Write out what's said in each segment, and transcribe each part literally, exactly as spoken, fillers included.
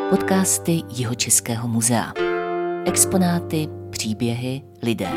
Podcasty Jihočeského muzea. Exponáty, příběhy, lidé.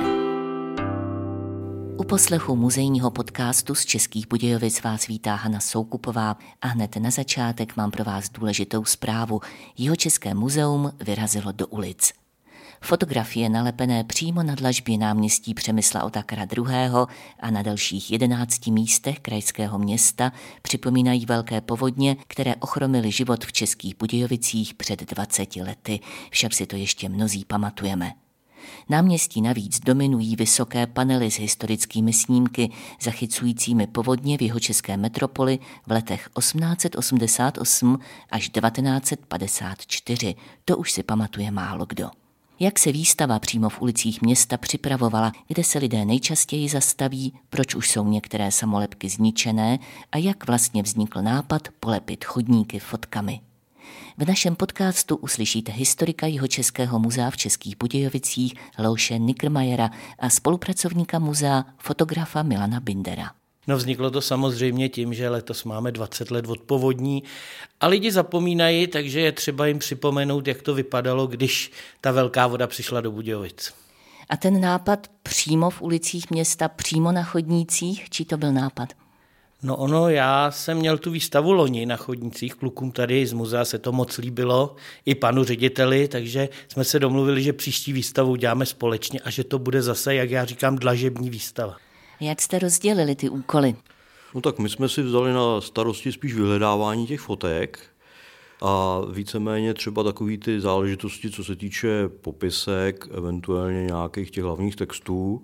U poslechu muzejního podcastu z Českých Budějovic vás vítá Hana Soukupová a hned na začátek mám pro vás důležitou zprávu. Jihočeské muzeum vyrazilo do ulic. Fotografie nalepené přímo na dlažbě náměstí Přemysla Otakara druhého. a na dalších jedenácti místech krajského města připomínají velké povodně, které ochromily život v Českých Budějovicích před dvaceti lety. Však si to ještě mnozí pamatujeme. Náměstí navíc dominují vysoké panely s historickými snímky, zachycujícími povodně v jihočeské metropoli v letech osmnáct osmdesát osm až devatenáct padesát čtyři. To už si pamatuje málo kdo. Jak se výstava přímo v ulicích města připravovala, kde se lidé nejčastěji zastaví, proč už jsou některé samolepky zničené a jak vlastně vznikl nápad polepit chodníky fotkami. V našem podcastu uslyšíte historika Jihočeského muzea v Českých Budějovicích Leoše Nickermayera a spolupracovníka muzea fotografa Milana Bindera. No vzniklo to samozřejmě tím, že letos máme dvacet let od povodní a lidi zapomínají, takže je třeba jim připomenout, jak to vypadalo, když ta velká voda přišla do Budějovic. A ten nápad přímo v ulicích města, přímo na chodnících, či to byl nápad? No ono, já jsem měl tu výstavu loni na chodnících, klukům tady z muzea se to moc líbilo, i panu řediteli, takže jsme se domluvili, že příští výstavu děláme společně a že to bude zase, jak já říkám, dlažební výstava. Jak jste rozdělili ty úkoly? No tak my jsme si vzali na starosti spíš vyhledávání těch fotek a víceméně třeba takový ty záležitosti, co se týče popisek, eventuálně nějakých těch hlavních textů.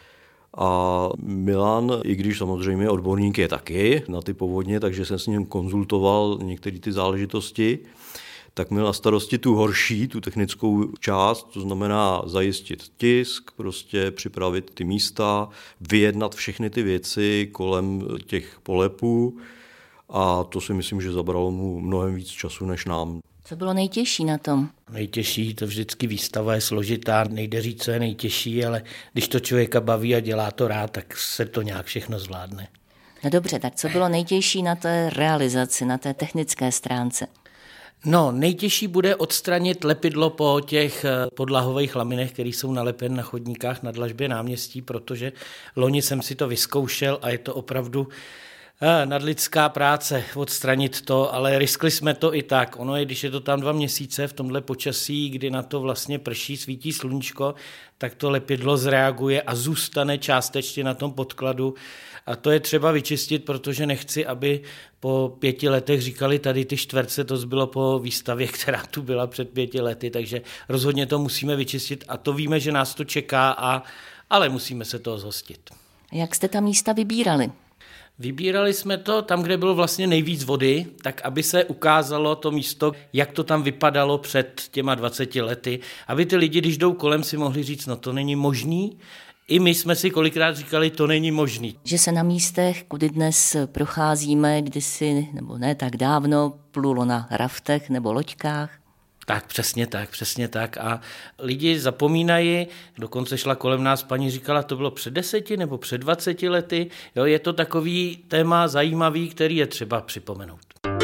A Milan, i když samozřejmě odborník je taky na ty povodně, takže jsem s ním konzultoval některé ty záležitosti, tak měl na starosti tu horší, tu technickou část, to znamená zajistit tisk, prostě připravit ty místa, vyjednat všechny ty věci kolem těch polepů a to si myslím, že zabralo mu mnohem víc času než nám. Co bylo nejtěžší na tom? Nejtěžší, to vždycky výstava je složitá, nejde říct, co je nejtěžší, ale když to člověka baví a dělá to rád, tak se to nějak všechno zvládne. No dobře, tak co bylo nejtěžší na té realizaci, na té technické stránce? No, nejtěžší bude odstranit lepidlo po těch podlahových laminech, které jsou nalepeny na chodníkách na dlažbě náměstí, protože loni jsem si to vyzkoušel a je to opravdu nadlidská práce odstranit to, ale riskli jsme to i tak. Ono je, když je to tam dva měsíce v tomhle počasí, kdy na to vlastně prší, svítí sluníčko, tak to lepidlo zreaguje a zůstane částečně na tom podkladu. A to je třeba vyčistit, protože nechci, aby po pěti letech říkali tady ty čtverce, to zbylo po výstavě, která tu byla před pěti lety, takže rozhodně to musíme vyčistit a to víme, že nás to čeká, a, ale musíme se toho zhostit. Jak jste ta místa vybírali? Vybírali jsme to tam, kde bylo vlastně nejvíc vody, tak aby se ukázalo to místo, jak to tam vypadalo před těma dvaceti lety, aby ty lidi, když jdou kolem, si mohli říct, no to není možný. I my jsme si kolikrát říkali, to není možný. Že se na místech, kudy dnes procházíme, kdysi, nebo ne tak dávno, plulo na raftech nebo loďkách. Tak, přesně tak, přesně tak. A lidi zapomínají, dokonce šla kolem nás paní, říkala, to bylo před deseti nebo před dvaceti lety. Jo, je to takový téma zajímavý, který je třeba připomenout.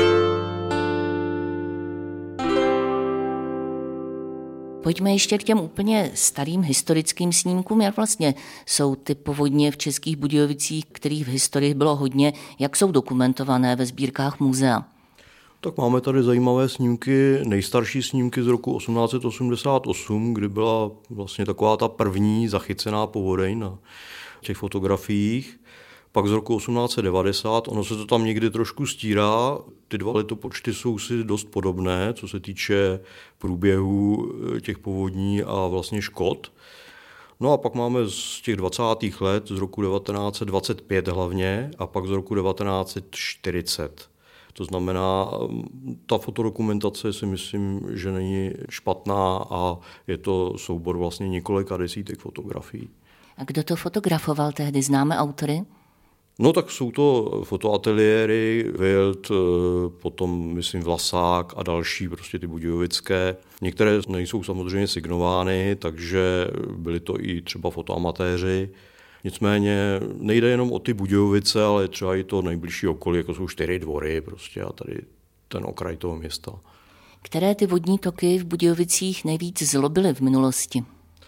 Pojďme ještě k těm úplně starým historickým snímkům, jak vlastně jsou ty povodně v Českých Budějovicích, kterých v historii bylo hodně, jak jsou dokumentované ve sbírkách muzea. Tak máme tady zajímavé snímky, nejstarší snímky z roku osmnáct osmdesát osm, kdy byla vlastně taková ta první zachycená povodeň na těch fotografiích. Pak z roku osmnáct devadesát, ono se to tam někdy trošku stírá, ty dva letopočty jsou si dost podobné, co se týče průběhu těch povodní a vlastně škod. No a pak máme z těch dvacátých let, z roku devatenáct dvacet pět hlavně, a pak z roku devatenáct čtyřicet. To znamená, ta fotodokumentace si myslím, že není špatná a je to soubor vlastně několika desítek fotografií. A kdo to fotografoval tehdy? Známe autory? No tak jsou to fotoateliéry, Wild, potom myslím Vlasák a další, prostě ty budějovické. Některé nejsou samozřejmě signovány, takže byli to i třeba fotoamatéři. Nicméně nejde jenom o ty Budějovice, ale třeba i to nejbližší okolí, jako jsou čtyři dvory prostě a tady ten okraj toho města. Které ty vodní toky v Budějovicích nejvíc zlobily v minulosti?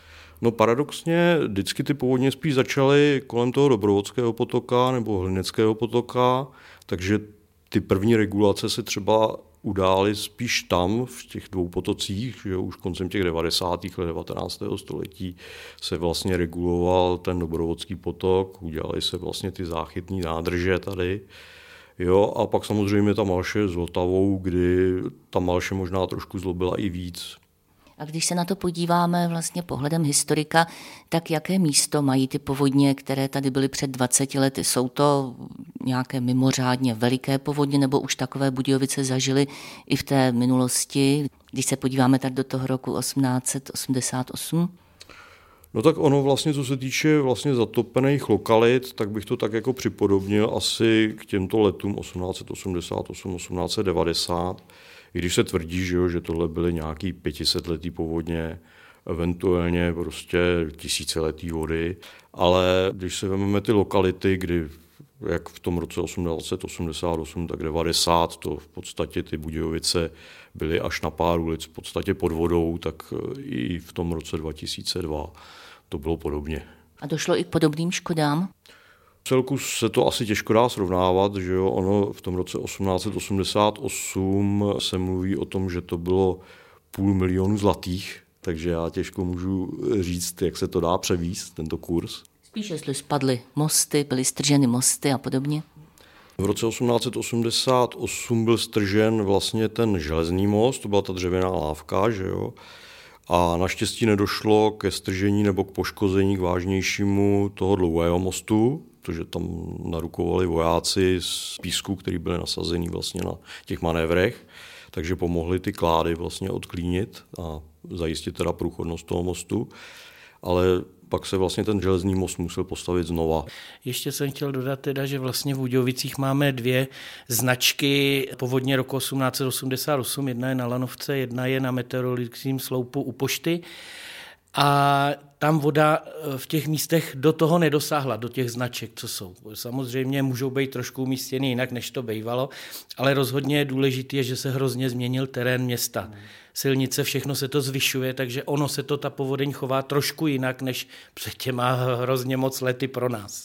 No paradoxně vždycky ty povodně spíš začaly kolem toho Dobrovodského potoka nebo Hlineckého potoka, takže ty první regulace se třeba udály spíš tam, v těch dvou potocích, že už koncem těch devadesátých let devatenáctého století se vlastně reguloval ten Dobrovodský potok, udělaly se vlastně ty záchytné nádrže tady. Jo, a pak samozřejmě ta Malše s Vltavou, kdy ta Malše možná trošku zlobila i víc. A když se na to podíváme vlastně pohledem historika, tak jaké místo mají ty povodně, které tady byly před dvaceti lety? Jsou to nějaké mimořádně veliké povodně, nebo už takové Budějovice zažily i v té minulosti, když se podíváme tak do toho roku osmnáct osmdesát osm? No tak ono vlastně, co se týče vlastně zatopených lokalit, tak bych to tak jako připodobnil asi k těmto letům osmnáct osmdesát osm osmnáct devadesát. I když se tvrdí, že, jo, že tohle byly nějaký pětisetletý povodně, eventuálně prostě tisíciletý vody, ale když se vezmeme ty lokality, kdy jak v tom roce osmnáct osmdesát osm, tak devadesát, to v podstatě ty Budějovice byly až na pár ulic v podstatě pod vodou, tak i v tom roce dva tisíce dva to bylo podobně. A došlo i k podobným škodám? V celku se to asi těžko dá srovnávat, že jo, ono v tom roce osmnáct osmdesát osm se mluví o tom, že to bylo půl milionu zlatých, takže já těžko můžu říct, jak se to dá převíst, tento kurz. Spíš jestli spadly mosty, byly strženy mosty a podobně. V roce osmnáct osmdesát osm byl stržen vlastně ten železný most, to byla ta dřevěná lávka, že jo. A naštěstí nedošlo ke stržení nebo k poškození k vážnějšímu toho dlouhého mostu, protože tam narukovali vojáci z písku, který byli nasazený vlastně na těch manévrech, takže pomohli ty klády vlastně odklínit a zajistit teda průchodnost toho mostu. Ale pak se vlastně ten železný most musel postavit znova. Ještě jsem chtěl dodat teda, že vlastně v Budějovicích máme dvě značky povodně roku osmnáct osmdesát osm. Jedna je na Lanovce, jedna je na meteorologickém sloupu u pošty. A tam voda v těch místech do toho nedosáhla, do těch značek, co jsou. Samozřejmě můžou být trošku umístěny jinak, než to bývalo, ale rozhodně je důležité, že se hrozně změnil terén města. Silnice, všechno se to zvyšuje, takže ono se to, ta povodeň chová trošku jinak, než před těma hrozně moc lety pro nás.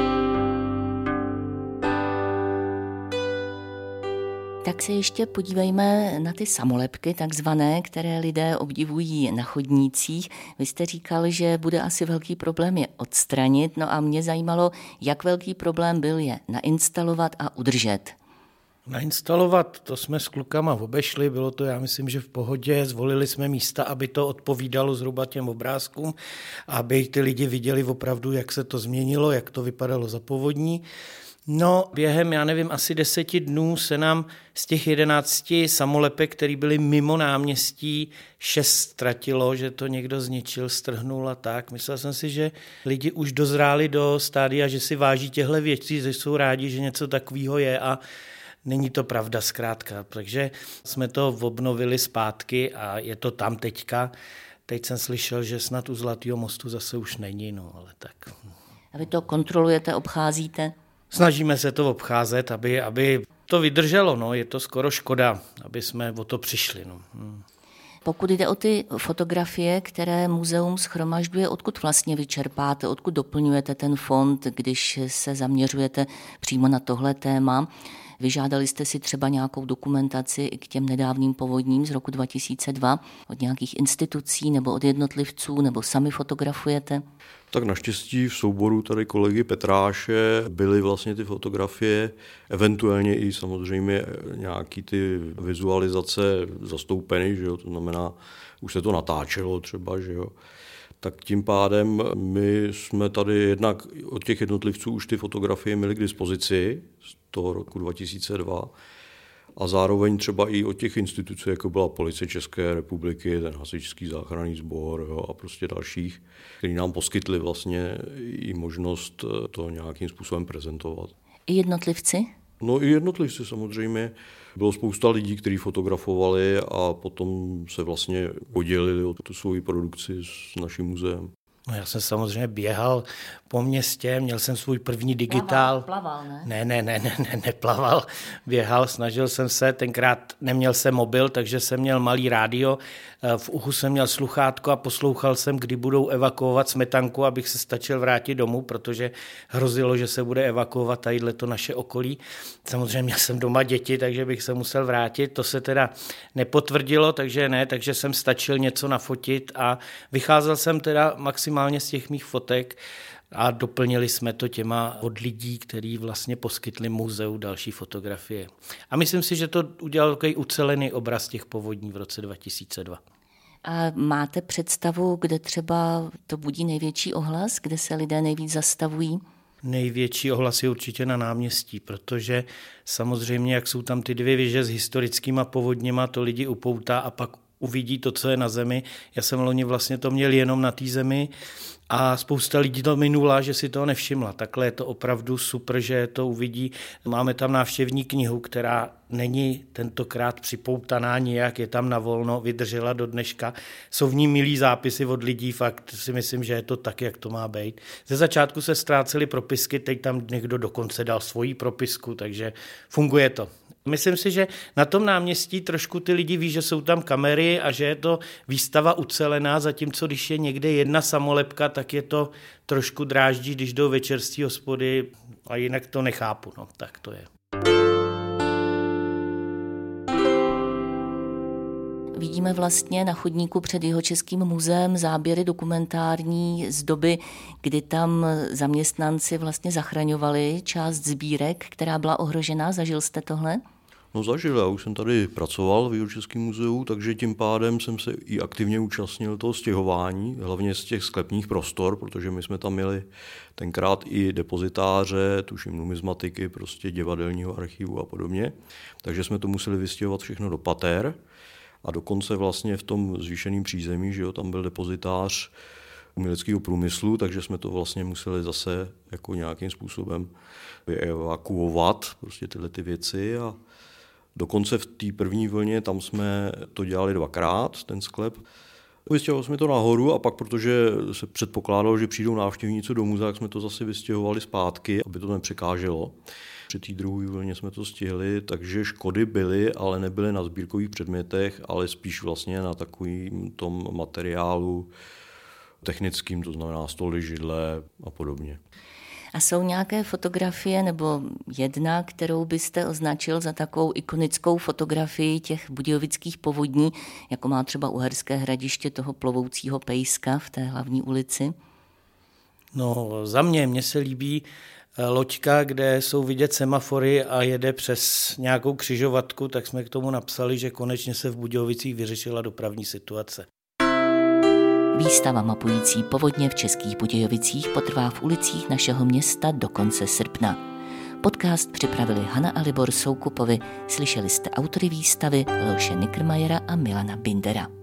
Tak se ještě podívejme na ty samolepky takzvané, které lidé obdivují na chodnících. Vy jste říkal, že bude asi velký problém je odstranit, no a mě zajímalo, jak velký problém byl je nainstalovat a udržet. Nainstalovat, to jsme s klukama obešli, bylo to, já myslím, že v pohodě, zvolili jsme místa, aby to odpovídalo zhruba těm obrázkům, aby ty lidi viděli opravdu, jak se to změnilo, jak to vypadalo za povodní. No, během, já nevím, asi deseti dnů se nám z těch jedenácti samolepek, které byly mimo náměstí, šest ztratilo, že to někdo zničil, strhnul a tak. Myslel jsem si, že lidi už dozráli do stádia, že si váží těchto věcí, že jsou rádi, že něco takového je a není to pravda zkrátka. Takže jsme to obnovili zpátky a je to tam teďka. Teď jsem slyšel, že snad u Zlatého mostu zase už není, no ale tak. A vy to kontrolujete, obcházíte? Snažíme se to obcházet, aby, aby to vydrželo, no, je to skoro škoda, aby jsme o to přišli. No. Hmm. Pokud jde o ty fotografie, které muzeum shromažďuje, odkud vlastně vyčerpáte, odkud doplňujete ten fond, když se zaměřujete přímo na tohle téma? Vyžádali jste si třeba nějakou dokumentaci i k těm nedávným povodním z roku dva tisíce dva od nějakých institucí nebo od jednotlivců, nebo sami fotografujete? Tak naštěstí v souboru tady kolegy Petráše byly vlastně ty fotografie, eventuálně i samozřejmě nějaký ty vizualizace zastoupeny, že jo, to znamená, už se to natáčelo třeba, že jo. Tak tím pádem my jsme tady jednak od těch jednotlivců už ty fotografie měli k dispozici z toho roku dva tisíce dva a zároveň třeba i od těch institucí, jako byla Policie České republiky, ten hasičský záchranný sbor, jo, a prostě dalších, kteří nám poskytli vlastně i možnost to nějakým způsobem prezentovat. I jednotlivci? No i jednotlivci samozřejmě. Bylo spousta lidí, kteří fotografovali a potom se vlastně podělili o tu svoji produkci s naším muzeem. No já jsem samozřejmě běhal po městě, měl jsem svůj první digitál. Plaval, plaval ne? Ne, ne, ne, ne, ne, neplaval. Běhal, snažil jsem se, tenkrát neměl jsem mobil, takže jsem měl malý rádio. V uchu jsem měl sluchátko a poslouchal jsem, kdy budou evakuovat Smetanku, abych se stačil vrátit domů, protože hrozilo, že se bude evakuovat tadyhle to naše okolí. Samozřejmě měl jsem doma děti, takže bych se musel vrátit. To se teda nepotvrdilo, takže ne, takže jsem stačil něco nafotit a vycházel jsem teda maximálně z těch mých fotek a doplnili jsme to těma od lidí, kteří vlastně poskytli muzeu další fotografie. A myslím si, že to udělal takový ucelený obraz těch povodní v roce dva tisíce dva. A máte představu, kde třeba to budí největší ohlas, kde se lidé nejvíc zastavují? Největší ohlas je určitě na náměstí, protože samozřejmě, jak jsou tam ty dvě věže s historickýma povodněma, to lidi upoutá a pak uvidí to, co je na zemi. Já jsem loni vlastně to měl jenom na té zemi a spousta lidí to minula, že si toho nevšimla. Takhle je to opravdu super, že to uvidí. Máme tam návštěvní knihu, která není tentokrát připoutaná nijak, je tam na volno, vydržela do dneška. Jsou v ní milý zápisy od lidí, fakt si myslím, že je to tak, jak to má být. Ze začátku se ztrácely propisky, teď tam někdo dokonce dal svoji propisku, takže funguje to. Myslím si, že na tom náměstí trošku ty lidi ví, že jsou tam kamery a že je to výstava ucelená, zatímco když je někde jedna samolepka, tak je to trošku dráždí, když jdou večer z té hospody a jinak to nechápu, no tak to je. Vidíme vlastně na chodníku před Jihočeským muzeem záběry dokumentární z doby, kdy tam zaměstnanci vlastně zachraňovali část sbírek, která byla ohrožená. Zažil jste tohle? No zažil, já už jsem tady pracoval v Jihočeském muzeu, takže tím pádem jsem se i aktivně účastnil toho stěhování, hlavně z těch sklepních prostor, protože my jsme tam měli tenkrát i depozitáře, tuším numizmatiky, prostě divadelního archivu a podobně, takže jsme to museli vystěhovat všechno do pater. A dokonce vlastně v tom zvýšeném přízemí, že jo, tam byl depozitář uměleckého průmyslu, takže jsme to vlastně museli zase jako nějakým způsobem evakuovat, prostě tyhle ty věci. A dokonce v té první vlně tam jsme to dělali dvakrát, ten sklep. Vystěhovali jsme to nahoru a pak, protože se předpokládalo, že přijdou návštěvníci do muzea, tak jsme to zase vystěhovali zpátky, aby to nepřekáželo. Při té druhé vlně jsme to stihli, takže škody byly, ale nebyly na sbírkových předmětech, ale spíš vlastně na takovým tom materiálu technickým, to znamená stoly, židle a podobně. A jsou nějaké fotografie nebo jedna, kterou byste označil za takovou ikonickou fotografii těch budějovických povodní, jako má třeba Uherské Hradiště toho plovoucího pejska v té hlavní ulici? No za mě, mně se líbí loďka, kde jsou vidět semafory a jede přes nějakou křižovatku, tak jsme k tomu napsali, že konečně se v Budějovicích vyřešila dopravní situace. Výstava mapující povodně v Českých Budějovicích potrvá v ulicích našeho města do konce srpna. Podcast připravili Hana a Libor Soukupovi. Slyšeli jste autory výstavy Leoše Nickermayera a Milana Bindera.